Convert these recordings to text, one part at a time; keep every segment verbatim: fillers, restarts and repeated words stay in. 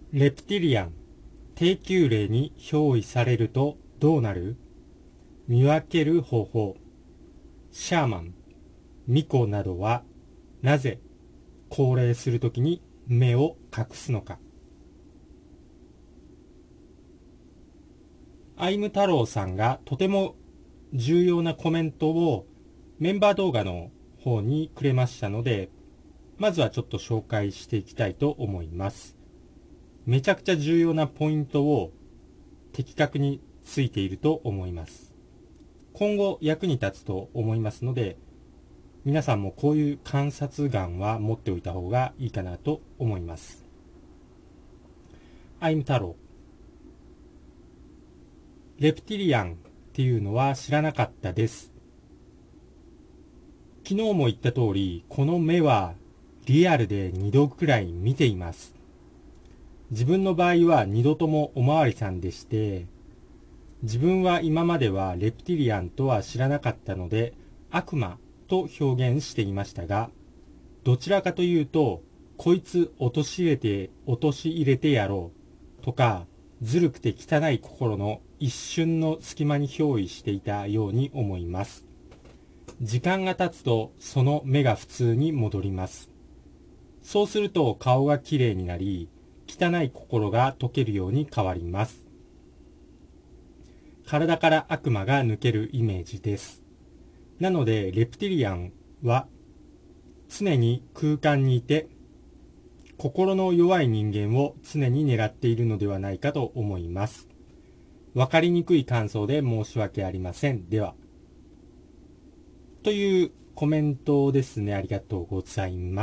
レプティリアン、低級霊に憑依されるとどうなる？見分ける方法。シャーマン、巫女などはなぜ降霊するときに目を隠すのか。アイム太郎さんがとても重要なコメントをメンバー動画の方にくれましたので、まずはちょっと紹介していきたいと思います。めちゃくちゃ重要なポイントを的確についていると思います。今後役に立つと思いますので、皆さんもこういう観察眼は持っておいた方がいいかなと思います。アイム太郎。レプティリアンっていうのは知らなかったです。昨日も言った通り、この目はリアルでにどくらい見ています。自分の場合はにどともおまわりさんでして、自分は今まではレプティリアンとは知らなかったので、悪魔と表現していましたが、どちらかというと、こいつ陥れて、陥れてやろうとか、ずるくて汚い心の一瞬の隙間に憑依していたように思います。時間が経つとその目が普通に戻ります。そうすると顔がきれいになり、汚い心が溶けるように変わります。体から悪魔が抜けるイメージです。なのでレプティリアンは常に空間にいて、心の弱い人間を常に狙っているのではないかと思います。わかりにくい感想で申し訳ありません。では。というコメントですね。ありがとうございます。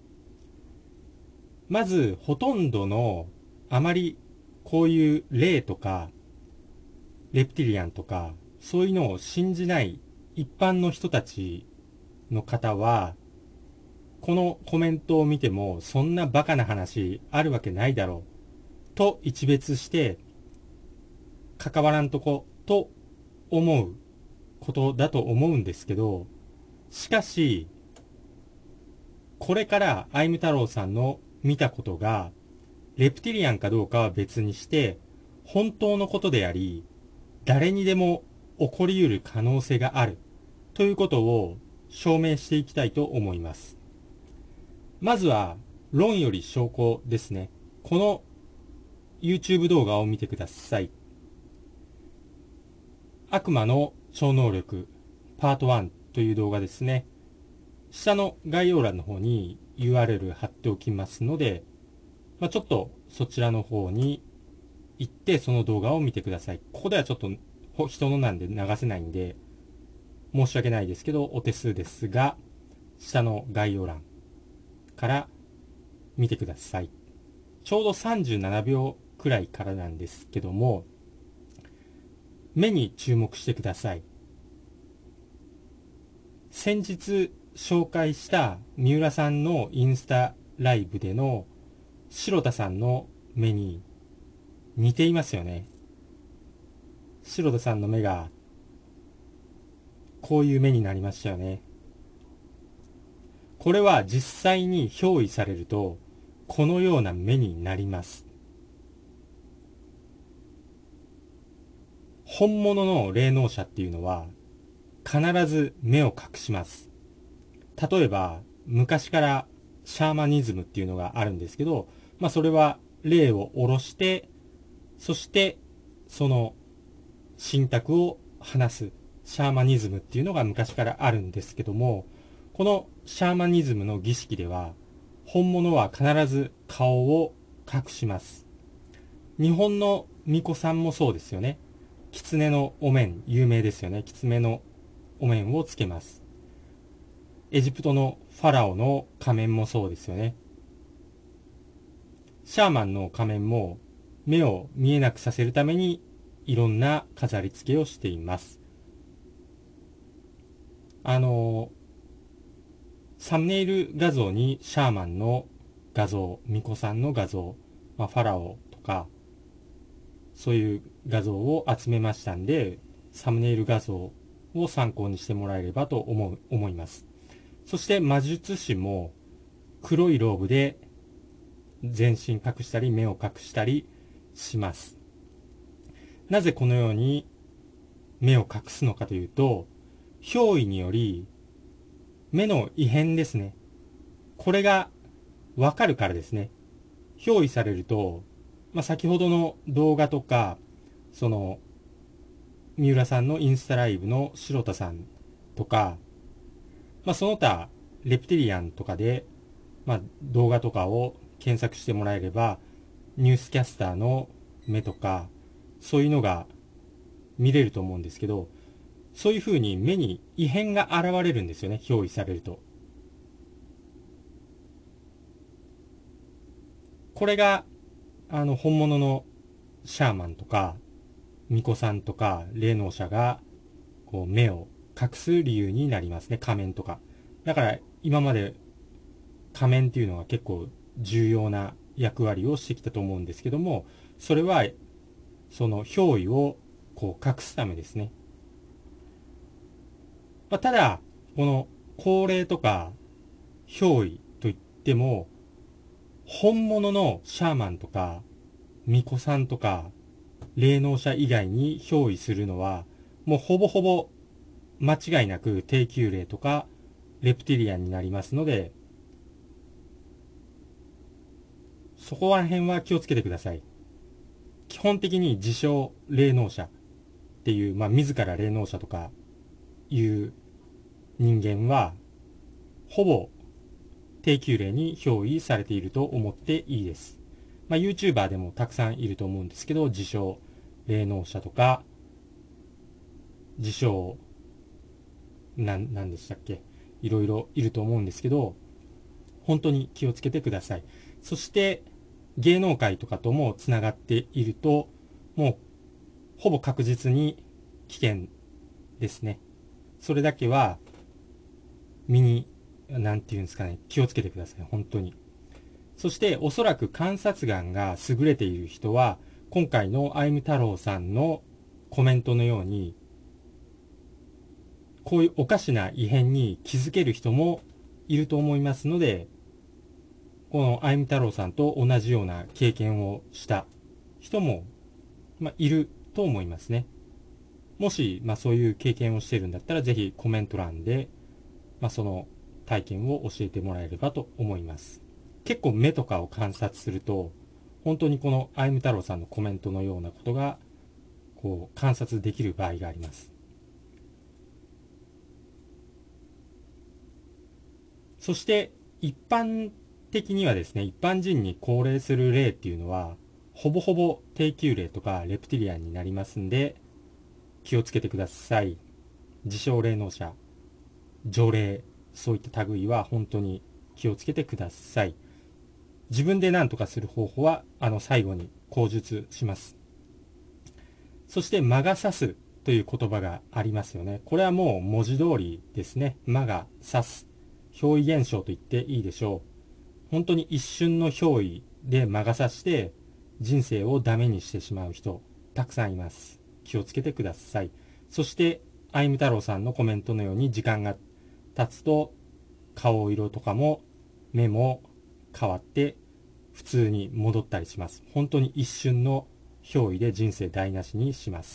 まず、ほとんどの、あまりこういう霊とか、レプティリアンとか、そういうのを信じない一般の人たちの方は、このコメントを見ても、そんなバカな話あるわけないだろう、と一別して、関わらんとこ、と思うことだと思うんですけど、しかし、これからアイム太郎さんの見たことが、レプティリアンかどうかは別にして、本当のことであり、誰にでも起こり得る可能性がある、ということを証明していきたいと思います。まずは、論より証拠ですね。この YouTube 動画を見てください。悪魔の超能力パートワンという動画ですね。下の概要欄の方に ユーアールエル 貼っておきますので、まあ、ちょっとそちらの方に行ってその動画を見てください。ここではちょっと人のなんで流せないんで申し訳ないですけどお手数ですが、下の概要欄から見てください。ちょうどさんじゅうななびょうくらいからなんですけども、目に注目してください。先日紹介した三浦さんのインスタライブでの白田さんの目に似ていますよね。白田さんの目がこういう目になりましたよね。これは実際に憑依されるとこのような目になります。本物の霊能者っていうのは必ず目を隠します。例えば昔からシャーマニズムっていうのがあるんですけど、まあそれは霊を下ろして、そしてその信託を話すシャーマニズムっていうのが昔からあるんですけども、このシャーマニズムの儀式では本物は必ず顔を隠します。日本の巫女さんもそうですよね。狐のお面有名ですよね。狐のお面をつけます。エジプトのファラオの仮面もそうですよね。シャーマンの仮面も目を見えなくさせるためにいろんな飾り付けをしています。あのサムネイル画像にシャーマンの画像、巫女さんの画像、まあ、ファラオとかそういう画像を集めましたんで、サムネイル画像を参考にしてもらえればと思う、思います。そして魔術師も黒いローブで全身隠したり目を隠したりします。なぜこのように目を隠すのかというと、憑依により目の異変ですね。これがわかるからですね。憑依されると、まあ、先ほどの動画とか、その、三浦さんのインスタライブの白田さんとか、まあ、その他、レプティリアンとかで、まあ、動画とかを検索してもらえれば、ニュースキャスターの目とか、そういうのが見れると思うんですけど、そういう風に目に異変が現れるんですよね、憑依されると。これが、あの、本物のシャーマンとか、巫女さんとか、霊能者が、こう、目を隠す理由になりますね、仮面とか。だから、今まで仮面っていうのは結構重要な役割をしてきたと思うんですけども、それは、その憑依を、こう、隠すためですね。まあ、ただ、この、高齢とか、憑依といっても、本物のシャーマンとか、巫女さんとか、霊能者以外に憑依するのは、もうほぼほぼ間違いなく低級霊とかレプティリアンになりますので、そこら辺は気をつけてください。基本的に自称霊能者っていう、まあ自ら霊能者とかいう人間は、ほぼ低級霊に憑依されていると思っていいです。まあ YouTuber でもたくさんいると思うんですけど、自称霊能者とか、自称、なん、なんでしたっけ、いろいろいると思うんですけど、本当に気をつけてください。そして、芸能界とかともつながっていると、もう、ほぼ確実に危険ですね。それだけは、身に、なんていうんですかね、気をつけてください。本当に。そして、おそらく観察眼が優れている人は、今回のアイム太郎さんのコメントのように、こういうおかしな異変に気づける人もいると思いますので、このアイム太郎さんと同じような経験をした人も、まあ、いると思いますね。もし、まあ、そういう経験をしているんだったら、ぜひコメント欄で、まあ、その体験を教えてもらえればと思います。結構目とかを観察すると、本当にこのアイム太郎さんのコメントのようなことが、こう観察できる場合があります。そして、一般的にはですね、一般人に高齢する霊っていうのは、ほぼほぼ低級霊とかレプティリアンになりますんで、気をつけてください。自称霊能者、除霊、そういった類は本当に気をつけてください。自分で何とかする方法は、あの、最後に口述します。そして、魔が差すという言葉がありますよね。これはもう文字通りですね。魔が差す。憑依現象と言っていいでしょう。本当に一瞬の憑依で魔が差して人生をダメにしてしまう人、たくさんいます。気をつけてください。そして、アイム太郎さんのコメントのように時間が経つと顔色とかも目も変わって普通に戻ったりします。本当に一瞬の憑依で人生台無しにします。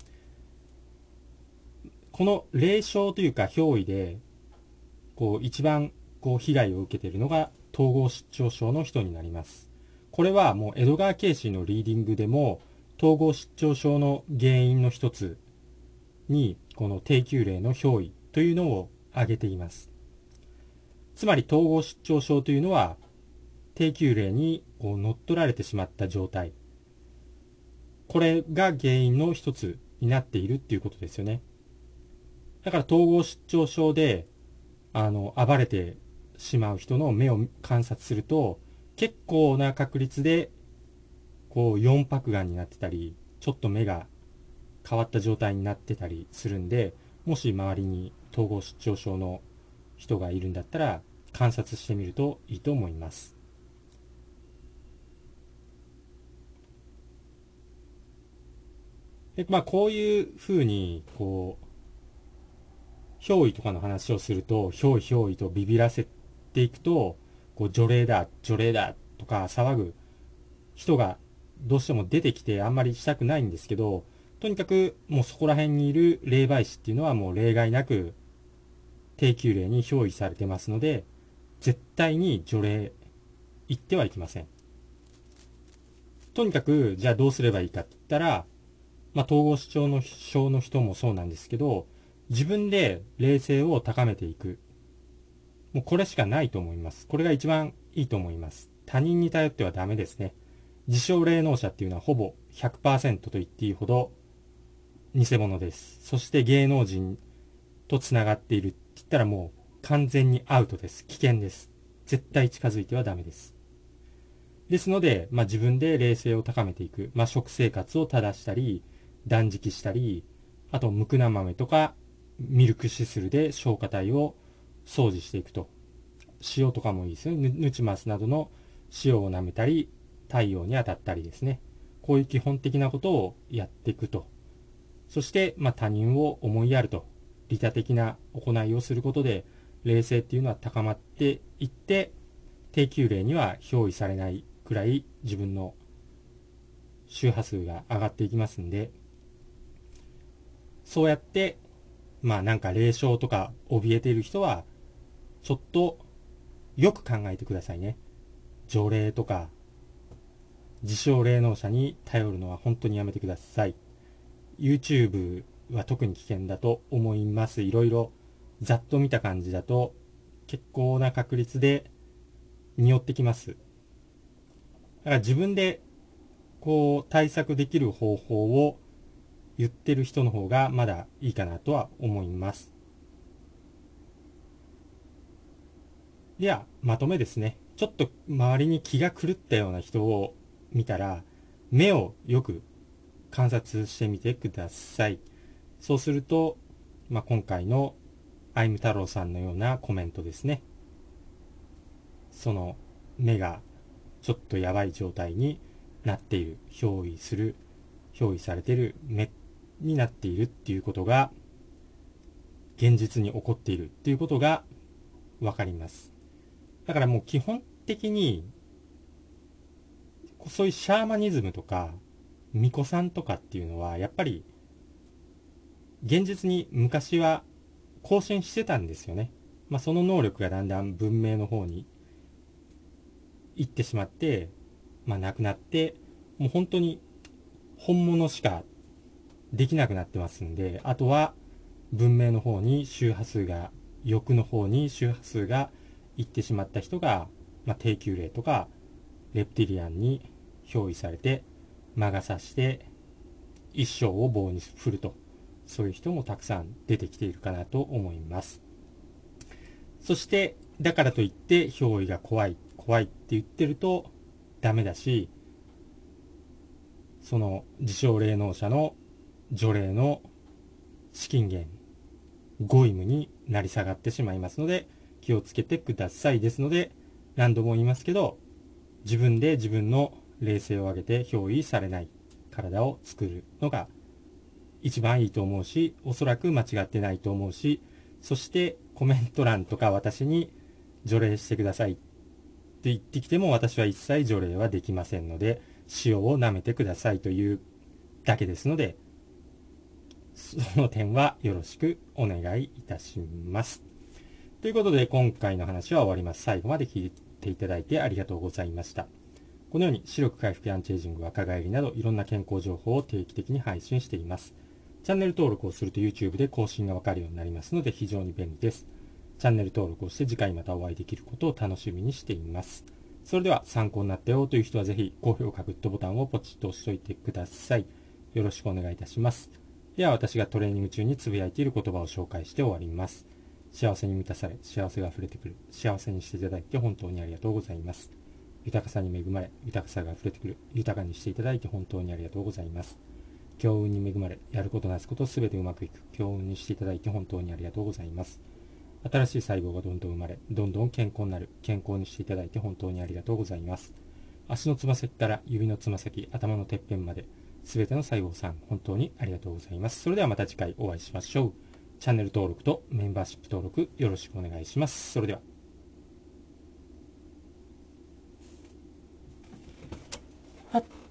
この霊障というか憑依でこう一番こう被害を受けているのが統合失調症の人になります。これはもう江戸川慶子のリーディングでも統合失調症の原因の一つにこの低級霊の憑依というのを挙げています。つまり統合失調症というのは低級霊にこう乗っ取られてしまった状態。これが原因の一つになっているっていうことですよね。だから統合失調症であの暴れてしまう人の目を観察すると結構な確率でこう四白眼になってたりちょっと目が変わった状態になってたりするんで、もし周りに統合失調症の人がいるんだったら観察してみるといいと思います。で、まあこういうふうにこう憑依とかの話をすると、憑依憑依とビビらせていくと、こう除霊だ除霊だとか騒ぐ人がどうしても出てきてあんまりしたくないんですけど、とにかくもうそこら辺にいる霊媒師っていうのはもう例外なく低級霊に憑依されてますので、絶対に除霊言ってはいけません。とにかく、じゃあどうすればいいかって言ったら、まあ、統合失調の症の人もそうなんですけど、自分で霊性を高めていく。もうこれしかないと思います。これが一番いいと思います。他人に頼ってはダメですね。自称霊能者っていうのはほぼひゃくパーセントと言っていいほど偽物です。そして芸能人と繋がっているって言ったらもう完全にアウトです。危険です。絶対近づいてはダメです。ですので、まあ、自分で冷静を高めていく。まあ、食生活を正したり、断食したり、あと、ムクナ豆とか、ミルクシスルで消化体を掃除していくと。塩とかもいいですよね。ヌチマスなどの塩を舐めたり、太陽に当たったりですね。こういう基本的なことをやっていくと。そして、まあ、他人を思いやると。利他的な行いをすることで、霊性っていうのは高まっていって、低級霊には憑依されないくらい自分の周波数が上がっていきますんで、そうやって、まあなんか霊障とか怯えている人は、ちょっとよく考えてくださいね。除霊とか、自称霊能者に頼るのは本当にやめてください。YouTube は特に危険だと思います。いろいろざっと見た感じだと、結構な確率で匂ってきます。だから自分でこう対策できる方法を言ってる人の方がまだいいかなとは思います。では、まとめですね。ちょっと周りに気が狂ったような人を見たら、目をよく観察してみてください。そうすると、まあ、今回のアイム太郎さんのようなコメントですね。その目がちょっとやばい状態になっている、憑依する、憑依されている目になっているっていうことが現実に起こっているっていうことがわかります。だからもう基本的にそういうシャーマニズムとか巫女さんとかっていうのはやっぱり現実に昔は更新してたんですよね。まあその能力がだんだん文明の方に行ってしまって、まあなくなって、もう本当に本物しかできなくなってますんで、あとは文明の方に周波数が、欲の方に周波数が行ってしまった人が、まあ、低級霊とかレプティリアンに憑依されて魔が差して一生を棒に振ると、そういう人もたくさん出てきているかなと思います。そしてだからといって憑依が怖い怖いって言ってるとダメだし、その自称霊能者の除霊の資金源、ゴイムになり下がってしまいますので気をつけてください。ですので何度も言いますけど、自分で自分の霊性を上げて憑依されない体を作るのが一番いいと思うし、おそらく間違ってないと思うし、そしてコメント欄とか私に除霊してくださいって言ってきても私は一切除霊はできませんので、塩を舐めてくださいというだけですので、その点はよろしくお願いいたします。ということで今回の話は終わります。最後まで聞いていただいてありがとうございました。このように視力回復やアンチエイジング、若返りなどいろんな健康情報を定期的に配信しています。チャンネル登録をすると YouTube で更新がわかるようになりますので非常に便利です。チャンネル登録をして次回またお会いできることを楽しみにしています。それでは参考になったよという人はぜひ高評価グッドボタンをポチッと押しておいてください。よろしくお願いいたします。では私がトレーニング中につぶやいている言葉を紹介して終わります。幸せに満たされ、幸せが溢れてくる、幸せにしていただいて本当にありがとうございます。豊かさに恵まれ、豊かさが溢れてくる、豊かにしていただいて本当にありがとうございます。強運に恵まれ、やることなすことすべてうまくいく、強運にしていただいて本当にありがとうございます。新しい細胞がどんどん生まれ、どんどん健康になる、健康にしていただいて本当にありがとうございます。足のつま先から指のつま先、頭のてっぺんまで、すべての細胞さん、本当にありがとうございます。それではまた次回お会いしましょう。チャンネル登録とメンバーシップ登録よろしくお願いします。それでは。 パッ